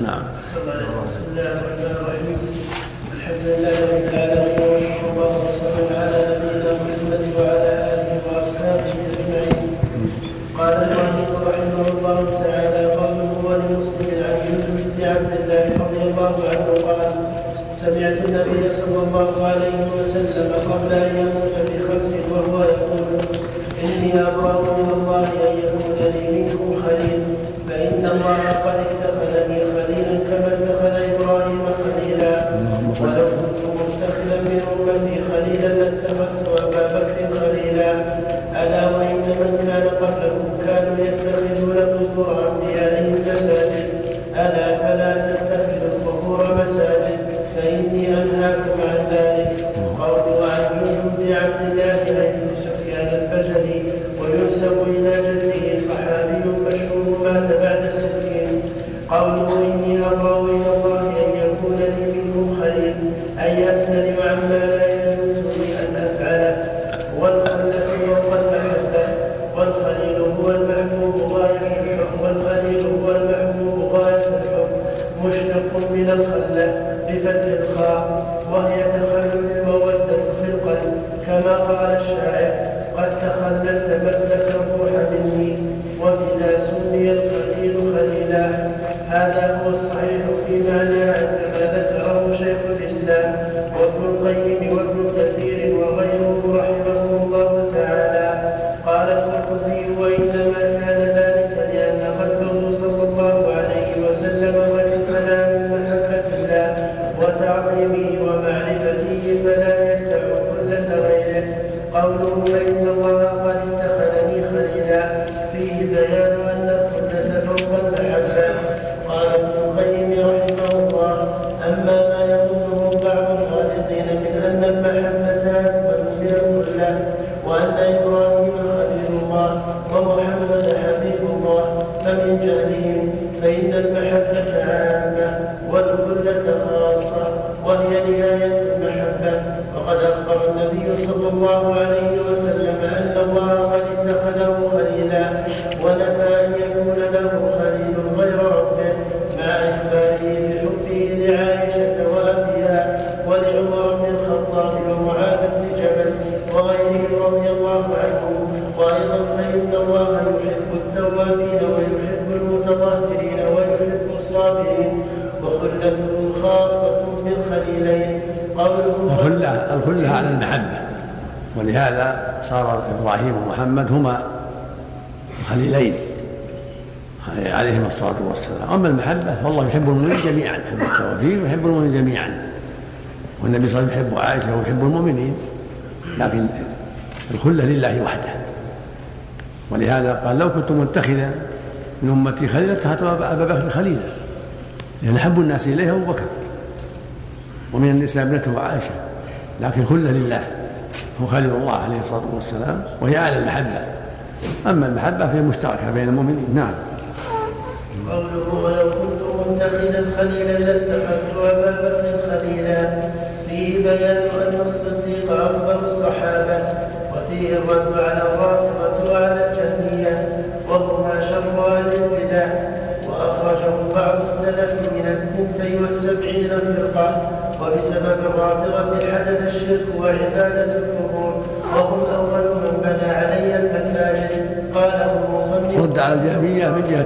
نعم. بسم الله الرحمن الرحيم. الحمد لله رب العالمين، وصلى الله وسلم على نبينا محمد وعلى اله واصحابه اجمعين. قال المؤلف رحمه الله تعالى: قوله ولمسلم عن يوسف بن عبد الله رضي الله عنه قال: سمعت النبي صلى الله عليه وسلم قبل ان يموت بخمس وهو يقول: اني ابرأ من الله ان يكون لي منكم خليل، فان الله قد اتخذني خليلا كما اتخذ ابراهيم خليلا، ولو كنت متخذا من امتي خليلا لاتخذت ابا بكر خليلا. الا وان من كان قبلكم كانوا يتخذون قبور انبيائهم مساجد، الا فلا تتخذوا القبور مساجد، فاني انهاكم عن ذلك. قوله عن يوسف بن عبد الله بن سفيان البجلي، وينسب الى جده صحابي مشهور مات بعد 60. قوله اني ابرأ الى الله ان يكون لي منكم خليل، اي امتنع عما لا يجوز لي ان افعله. والخلة فوق المحبة، والخليل هو المحبوب غاية الحب، مشتق من الخلة بفتح الخاء، وهي تخلل المودة في القلب، كما قال الشاعر: قد تخللت مسلك الروح مني، وبذا سمي الخليل خليلا. هذا هو الصحيح في معنى كما ذكره شيخ الإسلام وابن القيم وابن كثير وغيره رحمه الله تعالى. قال القرطبي: وإنما كان ذلك لأن قلبه صلى الله عليه وسلم قد امتلأ من محبة الله وتعظيمه ومعرفته، فلا يدفع خلة غيره. قوله فإن الله قد اتخذني خليلا فيه بيان أن الخلة فوق المحبة. قال ابن القيم رحمه الله: أما ما يظنه بعض الغالطين من أن المحبة أكبر من الخلة، وأن إبراهيم خليل الله ومحمد حبيب الله، فمن جهلهم، فإن المحبة عامة والخلة خاصة، وهي نهاية المحبة. وقد أخبر النبي صلى الله عليه وسلم أن الله قد اتخذه خليلا، ونفى أن يكون له خليل غير ربه، مع إخباره بحبه لعائشة وأبيها ولعمر بن الخطاب ومعاذ بن جبل وغيرهم رضي الله عنهم. وأيضا فإن الله يحب التوابين ويحب المتطهرين ويحب الصابرين، وخلته خاصة بالخليلين. الخلة على المحبة، ولهذا صار إبراهيم ومحمد هما خليلين عليهم الصلاة والسلام. أما المحبة فالله يحب المؤمنين جميعا، يحب التوابين ويحب المؤمنين جميعا، والنبي صلى الله عليه وسلم يحب عائشة ويحب المؤمنين، لكن الخلة لله وحده. ولهذا قال: لو كنت متخذا من أمتي خليلا اتخذت أبا بكر خليلا، لأن أحب الناس إليه أبو بكر، ومن النساء ابنته عائشة، لكن خلة لله، هو خليل الله عليه الصلاة والسلام، وهي أعلى المحبة. أما المحبة فهي مشتركة بين المؤمنين. نعم. قوله: ولو كنت متخذا خليلا لاتخذت أبا بكر خليلا، فيه بيان أن الصديق أفضل الصحابة، وفيه الرد على الرافضة وعلى الجهمية، وهما شر أهل البدع. وأخرجه بعض السلف من 72 فرقة، وبسبب الرافضة حدث الشرك وعبادة القبور، وهم أول من بنى علي المساجد. قاله المصنف: رد على الجهمية من جهة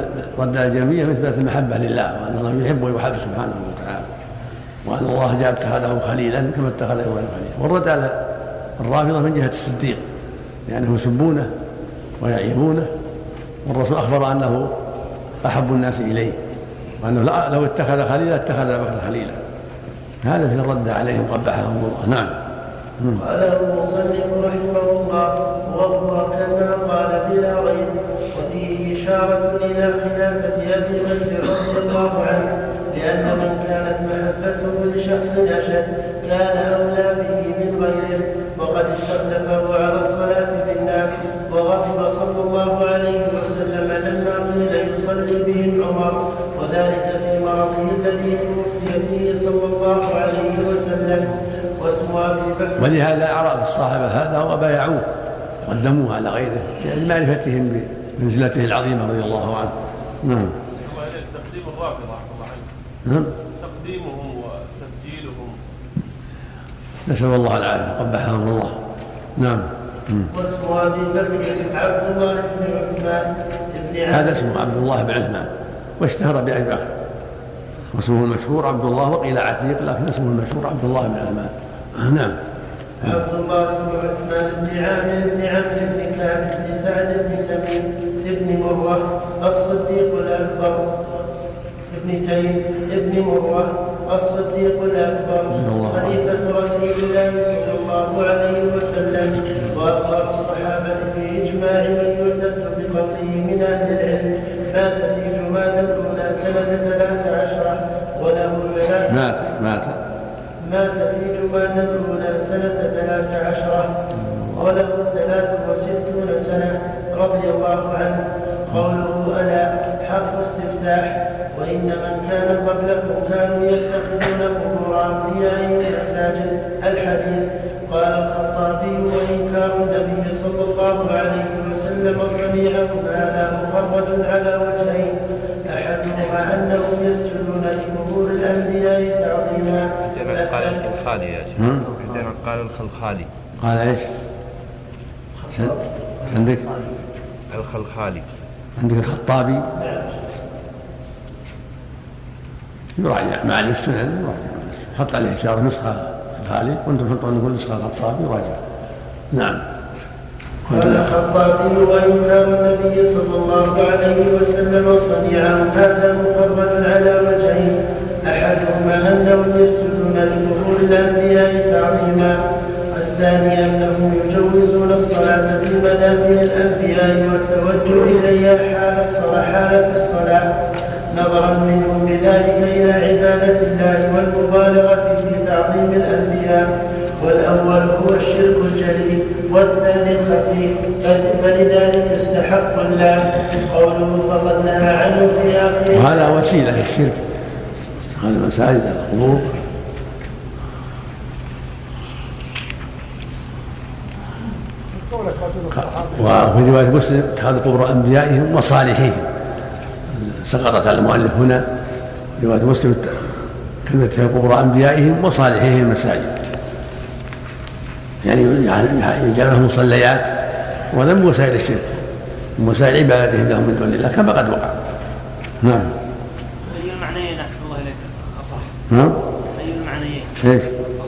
إثبات المحبة لله، وأن الله يحب ويحب سبحانه وتعالى، وأن الله جاء اتخذه خليلا كما اتخذ إبراهيم خليلا. والرد على الرافضة من جهة الصديق، لأنهم يسبونه ويعيبونه، والرسول أخبر أنه أحب الناس إليه، وأنه لو اتخذ خليلا اتخذ أبا بكر خليلا. هذا في الرد عليهم قبحهم الله. نعم. قاله المصنف رحمه الله: وهو كما قال بلا ريب. وفيه إشارة إلى خلافة أبي بكر رضي الله عنه، لأن من كانت محبته لشخص أشد كان أولى به من غيره، وقد استخلفه على الصلاة بالناس، وغضب صلى الله عليه وسلم لما قيل يصلي بهم عمر، وذلك في مرضه الذي توفي فيه صلى الله عليه وسلم. واسم أبي بكر، ولهذا عرف الصحابة هذا وبايعوه قدموه على غيره لمعرفتهم بمنزلته العظيمة رضي الله عنه. نعم. تقديم الرافضة رحمه الله عنه. نعم. تقديمهم وتبجيلهم. نسأل الله العافية قبحهم الله. نعم. واسم أبي بكر عبد الله بن عثمان بن هذا اسمه عبد الله بن عثمان واشتهر بأبي بكر، واسمه المشهور عبد الله، وقيل عتيق، لكن اسمه المشهور عبد الله بن عثمان. نعم. عبد الله بن عثمان بن عامر بن عمرو بن كعب بن سعد بن تميم بن مروه الصديق الأكبر ابن تيم ابن مروه الصديق الأكبر خليفة رسول الله صلى الله عليه وسلم، وأكبر الصحابة بإجماع من يعتد بقطعه من أهل العلم. مات في جمادى الأولى سنة 13 وله مات في جمادى الأولى سنة 13 وله 63 سنة رضي الله عنه. قوله ألا حرف استفتاح. وإن من كان قبلكم كانوا يتخذون قبور أنبيائهم مساجد. الحديث. قال الخطابي وإنكار النبي صلى الله عليه وسلم صنيعه هذا مخرج على وجهين، أحدهما أنهم يسجدون لقبور الأنبياء تعظيما. قال الخلخالي يا شيخ. قال الخلخالي. قال ايش؟ عندك الخلخالي، عندك الخطابي. يراجع معاني السنن، يراجع حط عليه إشارة نسخة الخالي، وانتم حطوا عنه كل نسخة الخطابي يراجع. نعم. قال الخطابي وإنكار النبي صلى الله عليه وسلم صنيعه هذا مخرج على وجهين، أحدهما أنهم يسجدون لقبور الأنبياء تعظيما، الثاني أنهم يجوزون الصلاة في منابر الأنبياء والتوجه إليها حالة الصلاة، نظرا منهم بذلك إلى عبادة الله والمبالغة في تعظيم الأنبياء. والأول هو الشرك الجلي والثاني الخفي، فلذلك استحق الله قوله فقد نهى عنه في آخره. وهذا وسيلة للشرك، هذا المساجد القبور. وفي رواية مسلم اتخاذ قبور أنبيائهم وصالحيهم، سقطت على المؤلف هنا رواية مسلم كلمة قبور أنبيائهم وصالحيهم مساجد، يعني يجعلهم مصليات، ولا من وسائل الشرك، من وسائل عبادتهم لهم من دون الله كما قد وقع. نعم. أي المعنيين أحسن الله إليك أصح؟ نعم. أي المعنيين؟ ايش؟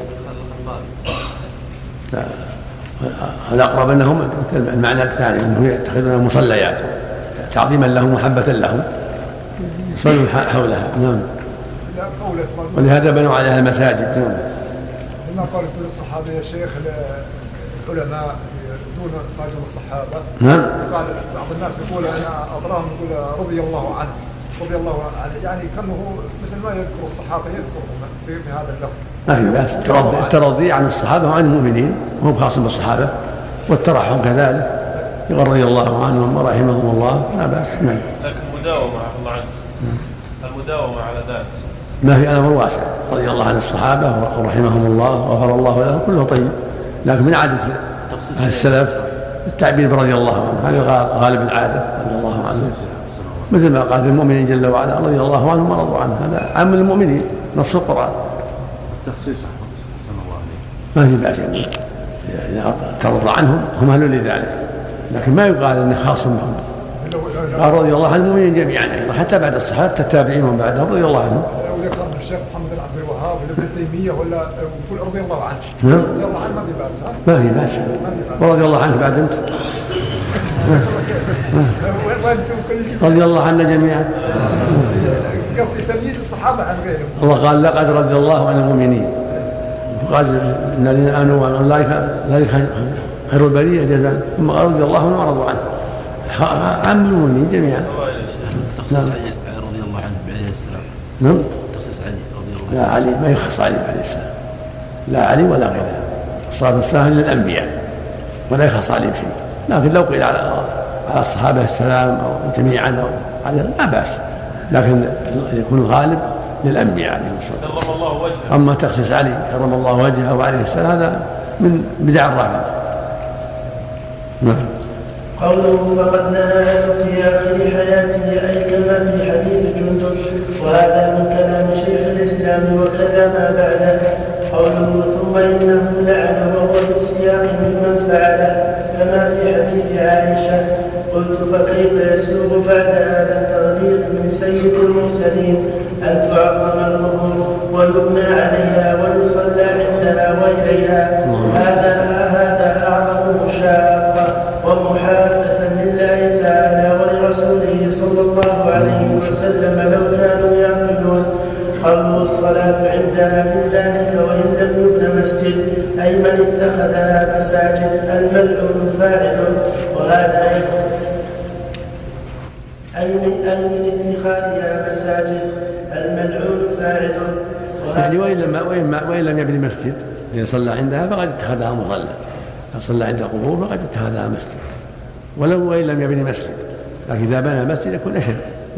لا، الأقرب أنهم المعنى الثاني أنه يتخذون مصليات تعظيما لهم محبة لهم يصلوا حولها. نعم. ولهذا بنوا عليها المساجد. نعم. لما قالت الصحابة يا شيخ العلماء دون ما دون الصحابة. نعم. قال بعض الناس يقول أنا أضراهم يقول رضي الله عنه رضي الله عنه، يعني كانه مثل ما يذكر الصحابة يذكرهم في هذا اللفظ. ما في بأس، الترضي عن الصحابة وعن المؤمنين وهم خاص بالصحابة، والترحم كذلك يقول رضي الله عنهم ورحمهم الله، لا بأس. نعم. لكن المداومة الله عنه، المداومة على ذلك ما في أمر واسع، رضي الله عن الصحابة ورحمهم الله وغفر الله لهم كله طيب، لكن من عادة السلف التعبير برضي الله عنه، هذا غالب العادة رضي الله عنه، مثل ما قال المؤمنين جل وعلا رضي الله عنهم ورضوا عنه، هذا عام المؤمنين نص القرآن. التخصيص ما في بأس إذا ترضى عنهم هم أهل لذلك، لكن ما يقال إنه خاص بهم. قال رضي الله عن المؤمنين جميعا أيضا حتى بعد الصحابة التابعين ومن بعدهم رضي الله عنهم. وذكر الشيخ محمد بن عبد الوهاب ولا ابن تيمية ولا يقول رضي الله عنه. نعم. رضي الله عنه ما في بأس. ما في بأس. ورضي الله عنك بعد أنت. رضي الله عنا جميعا. قصدي تمييز الصحابة عن غيرهم. الله قال لقد رضي الله عن المؤمنين، وقال إن الذين آمنوا أولئك خير البرية جزاء، ثم قال رضي الله عنهم ورضوا عنه، عام المؤمنين جميعا. تخصيص علي رضي الله عنه عليه السلام. نعم. تخصيص علي رضي الله عنه. لا، علي ما يخص علي عليه السلام، لا علي ولا غيره، الصلاة والسلام للأنبياء ولا يخص علي بشيء، لكن لو قيل على الصحابة السلام أو جميعا أو علي لا بأس، لكن يكون الغالب للأنبياء عليهم الصلاة والسلام. كرم الله وجهه. أما تخصيص علي كرم الله وجهه عليه السلام هذا من بدع الرافضة. نعم. قوله فقد نهى في آخر حياته أي كما في حديث جندب ما بعده. قوله ثم إنه لعن وهو بالسياق ممن فعله كما في حديث عائشة. قلت فكيف يسوغ بعد هذا التغليق من سيد المرسلين أن تعظم القبور ويبنى عليها ويصلى عندها وإليها؟ هذا أعظم مشاقة ومحادثة لله تعالى ولرسوله صلى الله عليه وسلم لو كانوا يعقلون. قالوا الصلاة عندها من ذلك وإن لم يبن مسجد أي من اتخذها مساجد الملعون فاعل، وهذا أي من اتخاذها مساجد الملعون فاعل. يعني وإن لم يبني مسجد إذا صلى عندها فقد اتخذها مصلى، صلى عند القبور فقد اتخذها مسجد، ولو وإن لم يبني مسجد، لكن إذا بنى مسجد يكون أشد.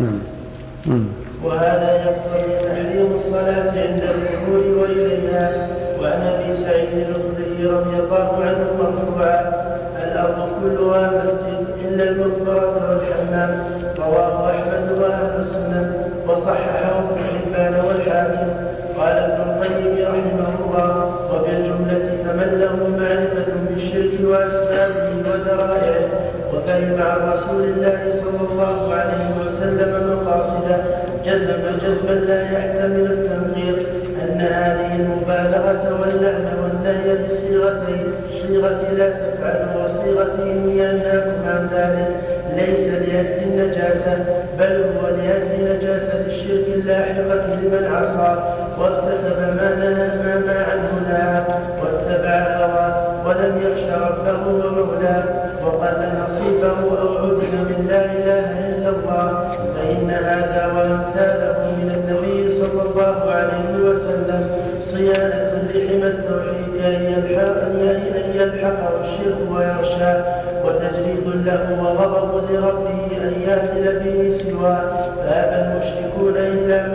وهذا يقتضي تحريم الصلاة عند القبور وإليها. وعن أبي سعيد الخدري رضي الله عنه مرفوعا: الأرض كلها مسجد إلا المقبرة والحمام. رواه أحمد وأهل السنن وصححه ابن حبان والحاكم. قال ابن القيم رحمه الله: وبالجملة فمن له معرفة بالشرك وأسبابه وذرائعه وفهم عن رسول الله صلى الله عليه وسلم مقاصده جزما لا يحتمل التنقيط أن هذه المبالغة واللعن والنهي بصيغتين، صيغة لا تفعل وصيغة إني أنهاكم عن ذلك، ليس لأجل النجاسة بل هو لأجل نجاسة الشرك اللاحقة لمن عصى وارتكب ما عنه نهى واتبع هواه ولم يخش ربه ومولاه وقل نصيبه أو عبد من لا إله إلا الله. فإن هذا وأمثاله من النبي صلى الله عليه وسلم صيانة لحمى التوحيد أن يلحقه الشرك ويغشاه، وتجريد له وغضب لربه أن يعدل به سواه. فأبى المشركون إلا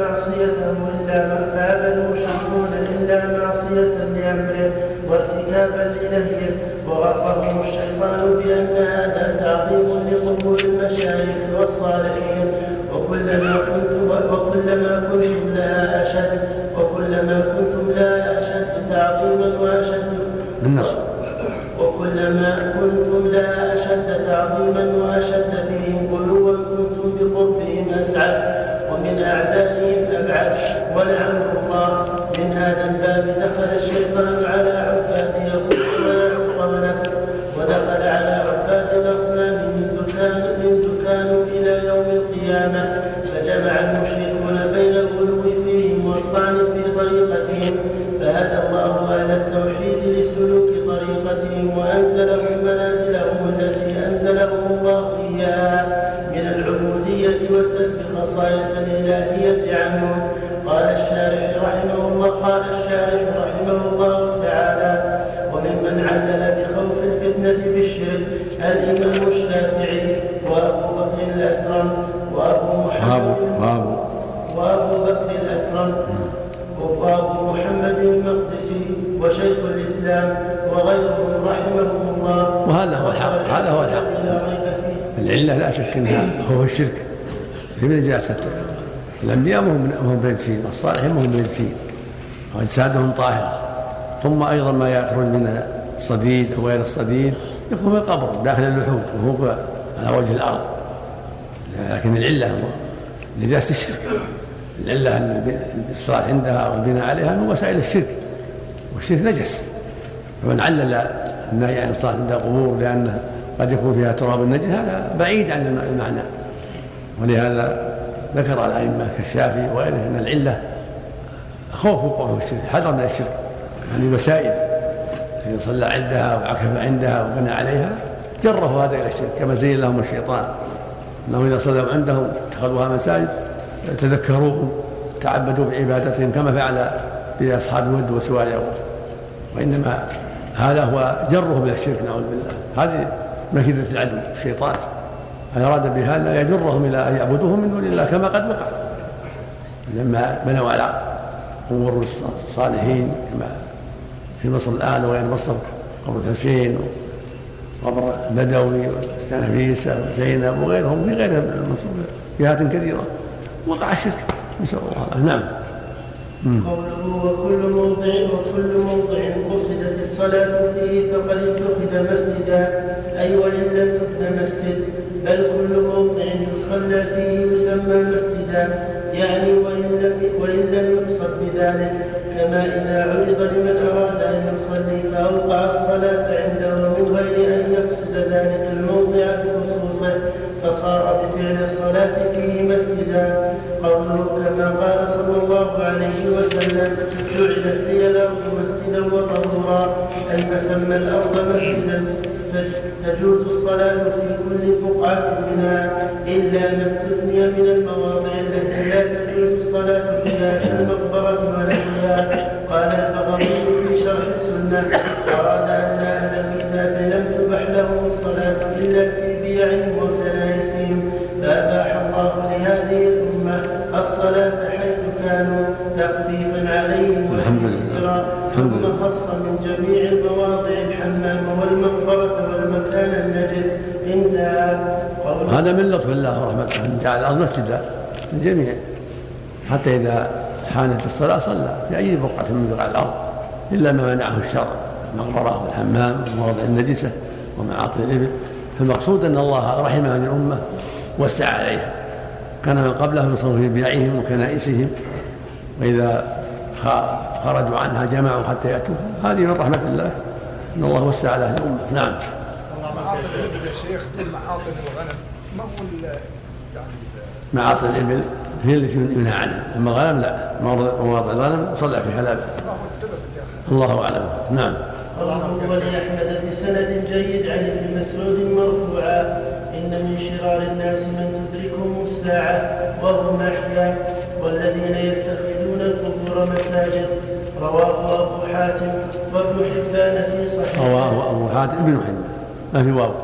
معصية لأمره وارتكابا لنهيه، وغفرهم الشيطان بأن هذا تعظيم لقبور المشايخ والصالحين. وكلما كنتم لا أشد تعظيما وأشد بالنصر وكلما كنتم لا أشد تعظيما وأشد فيهم غلوا كنتم بقربهم أسعد ومن أعدائهم أبعد. ولعنه الله. من هذا الباب دخل الشيطان على عباد يغض ويعوق ونسر، ودخل على عباد الأصنام من دكان إلى يوم القيامة، فجمع المشركون بين الغلو فيهم والطعن في طريقتهم، فهدى الله أهل التوحيد لسلوك طريقتهم وأنزلهم منازلهم التي أنزلهم الله إياها من العبودية وسلب خصائص الإلهية عنهم. قال الشارح رحمه الله تعالى: وممن علل بخوف الفتنة بالشرك الإمام الشافعي وأبو بكر الأكرم وأبو محمد المقدسي وشيخ الإسلام وغيرهم رحمهم الله. وهذا هو الحق، هذا هو الحق. العلة لا شك أنها هو الشرك في نجاسة. الأنبياء هم بنجسين، والصالحين هم بنجسين وأجسادهم طاهرة. ثم أيضا ما يخرج من الصديد أو غير الصديد يكون في القبر داخل اللحود وهو على وجه الأرض. لكن العلة هو نجاسة الشرك. العلة الصلاة عندها والبناء عليها من وسائل الشرك، والشرك نجس. فمن علل النهي عن الصلاة عند القبور لأنه قد يكون فيها تراب النجس هذا بعيد عن المعنى. ولهذا ذكر الأئمة كالشافعي وغيره أن العلة خوف وقوع الشرك، حذر من الشرك، يعني وسائل. إذا صلى عندها وعكف عندها وبنى عليها جره هذا إلى الشرك، كما زين لهم الشيطان أنهم إذا صلوا عندهم اتخذوها مساجد تذكروهم تعبدوا بعبادتهم كما فعل بأصحاب ود وسواع يغوث. وإنما هذا هو جره إلى الشرك، نعوذ بالله. هذه مكيدة العدو الشيطان، أراد بهذا يجرهم إلى أن يعبدوهم من دون الله كما قد وقع لما بنوا على قبور الصالحين كما في مصر الآن وغير مصر، قبر الحسين وقبر البدوي والسنفيسة وزينب وغيرهم في غير مصر جهات كثيرة وقع الشرك، نسأل الله. نعم. قوله وكل موضع قصدت الصلاة فيه فقد اتخذ مسجدا، أي وإن لم يبن مسجد، بل كل موضع يصلى فيه يسمى مسجدا، يعني وإن لم يقصد بذلك، كما إذا عرض لمن أراد أن يصلي فأوقع الصلاة عنده من غير أن يقصد ذلك الموضع بخصوصه فصار بفعل الصلاة فيه مسجدا. قوله كما قال صلى الله عليه وسلم جعلت لي الأرض مسجدا وطهورا، أي فسمى الأرض مسجدا، تجوز الصلاة في كل بقعة منها إلا ما استثني من المواضع التي لا تجوز الصلاة فيها كالمقبرة ونحوها. قال البغوي في شرح السنة أراد أن أهل الكتاب لم تبح لهم الصلاة إلا في بيعهم وكنائسهم، فأباح الله لهذه الأمة الصلاة حيث كانوا تخفيفا عليهم وتيسيرا، ثم خص من جميع المواضع الحمام والمقبرة والمكان النجس. انتهى. هذا من لطف الله ورحمته أن جعل الأرض مسجدا للجميع، حتى إذا حانت الصلاة صلى في أي بقعة من بقاع الأرض إلا ما منعه الشرع، المقبرة والحمام والمواضع النجسة ومعاطي الإبل. فالمقصود أن الله رحم هذه الأمة وسع عليها، كان من قبلهم يصلون في بيعهم وكنائسهم، وإذا خرجوا عنها جمعوا حتى يأتوا. هذه من رحمة الله أن الله وسع على هذه الأمة. نعم. معاطي الإبل يا شيخ معاطي الغنم ما هو يعني معاطي الإبل هي التي ينهى عنها، أما الغنم لا، مواضع الغنم صلى في حلابها. الله أعلم. نعم. ولأحمد بسند جيد عن ابن مسعود مرفوعا إن من شرار الناس من تدركهم الساعة وهم أحياء والذين يتخذون القبور مساجد. رواه أبو حاتم وابن حبان في صحيحه. رواه أبو حاتم ابن حبان ما في واو.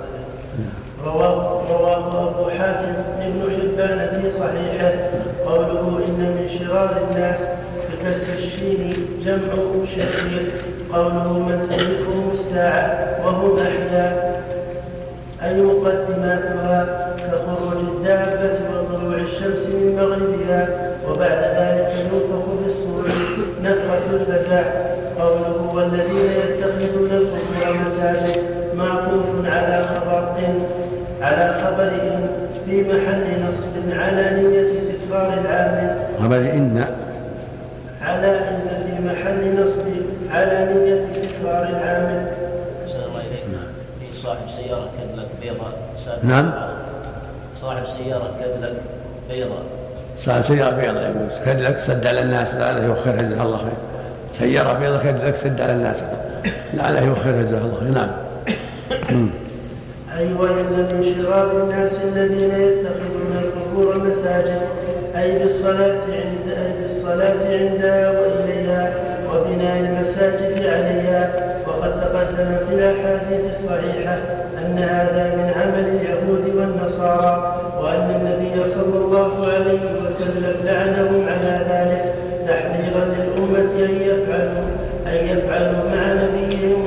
رواه أبو حاتم ابن حبان في صحيحه. قوله إن من شرار الناس بكسر الشين جمع شرير. قوله من تدركهم الساعة وهم أحياء أي مقدماتها كخروج الدابة وطلوع الشمس من مغربها، وبعد ذلك ينفخ في الصور نفخة الفزع. قوله والذين يتخذون القبور مساجد معطوف على خبر إن في محل نصب على نية تكرار العامل. خبر إن على إن في محل نصب على نية تكرار العامل. في صاحب سيارة كدلك بيضاء. نعم. صاحب سيارة كدلك بيضاء. صاحب سيارة بيضاء يقول كدلك سد على الناس لعله يوخرها جزاه الله خير. سيارة بيضاء كدلك سد على الناس لعله يوخرها جزاه الله خير. نعم. أي وإن من شرار الناس الذين يتخذون القبور مساجد أي بالصلاة عندها وإليها وبناء المساجد عليها. وقد تقدم في الأحاديث الصحيحة أن هذا من عمل اليهود والنصارى، وأن النبي صلى الله عليه وسلم لعنهم على ذلك تحذيرا للأمة أن يفعلوا مع نبيهم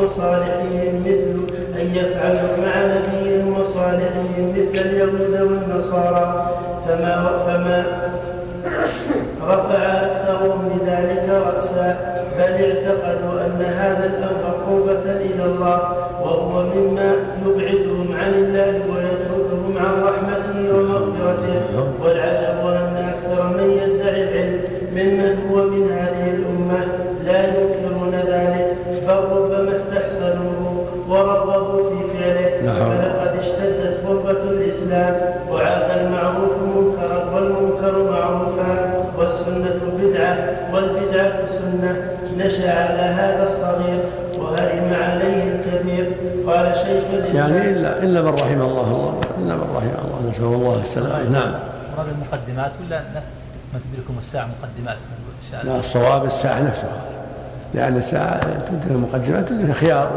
وصالحهم مثل اليهود والنصارى. فما رفع أكثرهم بذلك رأسا، بل اعتقدوا أن هذا الأمر قربة إلى الله، وهو مما يبعدهم عن الله ويتركهم عن رحمته ومغفرته. والعجب أن أكثر من يدعي العلم ممن هو من هذه الأمة لا ينكرون ذلك، بل ربما استحسنوه ورغبوا في فعله. فلقد اشتدت غربة الإسلام وعاد المعروف منكرا والمنكر معروفا والسنة بدعة والبدعة سنة. نشأ على هذا الصغير وهرم عليه الكبير. قال شيخ الإسلام يعني إلا من رحم الله إلا من رحم الله، نسأل الله السلامة. نعم. هذه المقدمات ولا ما تدركم الساعة مقدمات؟ لا، الصواب الساعة نفسها، لأن الساعة تدرك المقدمات تدرك خيار،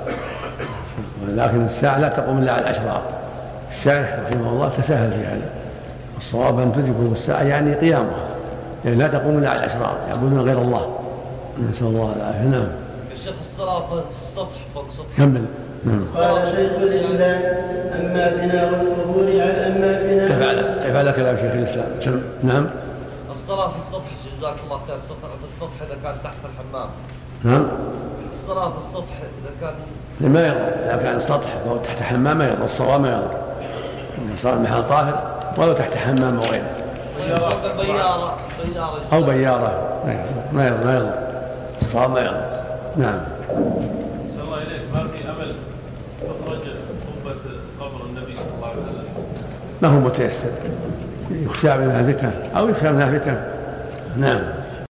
ولكن الساعة لا تقوم إلا على الأشرار. الشارح رحمه الله تساهل في هذا. الصواب أن تدركهم الساعة يعني قيامها، يعني لا تقوم إلا على الأشرار يعبدون غير الله، نسأل الله العافية. نعم. الشيخ الصلاة في السطح فوق سطح. كمل. قال شيخ الإسلام أما بناء القبور على كيف على كلام شيخ الإسلام. نعم. الصلاة في السطح جزاك الله خير في السطح إذا كان تحت الحمام. نعم. الصلاة في السطح إذا كان ما يضر، إذا كان السطح فهو تحت حمام ما يضر، الصواب ما يضر. إذا صار المحل طاهر ولو تحت حمام أو غيره. بيارة أو بيارة ما يضر، الصواب ما يضر. نعم. صلى الله إليك، ما في أمل تخرج قبة قبر النبي صلى الله عليه وسلم؟ ما هو متيسر، يخشى منها فتنة أو يخشى منها فتنة. نعم.